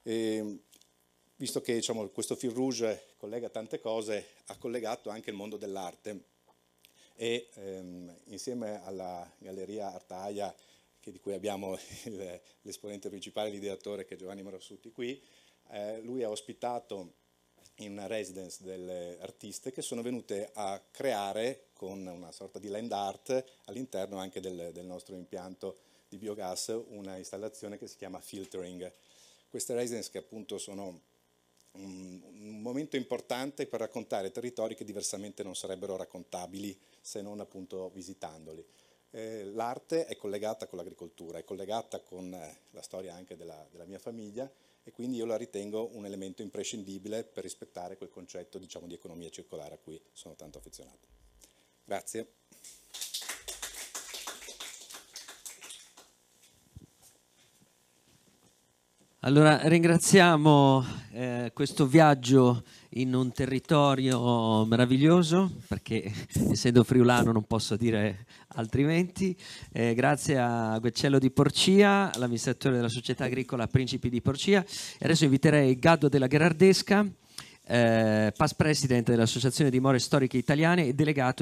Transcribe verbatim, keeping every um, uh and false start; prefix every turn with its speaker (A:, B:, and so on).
A: E, visto che diciamo, questo fil rouge collega tante cose, ha collegato anche il mondo dell'arte e ehm, insieme alla Galleria Artaia, che di cui abbiamo l'esponente principale, l'ideatore, che è Giovanni Marassutti qui, eh, lui ha ospitato in residence delle artiste che sono venute a creare con una sorta di land art all'interno anche del, del nostro impianto di biogas una installazione che si chiama filtering. Queste residence che appunto sono un, un momento importante per raccontare territori che diversamente non sarebbero raccontabili se non appunto visitandoli. Eh, l'arte è collegata con l'agricoltura, è collegata con eh, la storia anche della, della mia famiglia, e quindi io la ritengo un elemento imprescindibile per rispettare quel concetto, diciamo, di economia circolare a cui sono tanto affezionato. Grazie.
B: Allora ringraziamo eh, questo viaggio in un territorio meraviglioso, perché essendo friulano non posso dire altrimenti. Eh, grazie a Gueccello di Porcia, l'amministratore della società agricola Principi di Porcia. E adesso inviterei Gaddo della Gherardesca, eh, past president dell'Associazione di More Storiche Italiane e delegato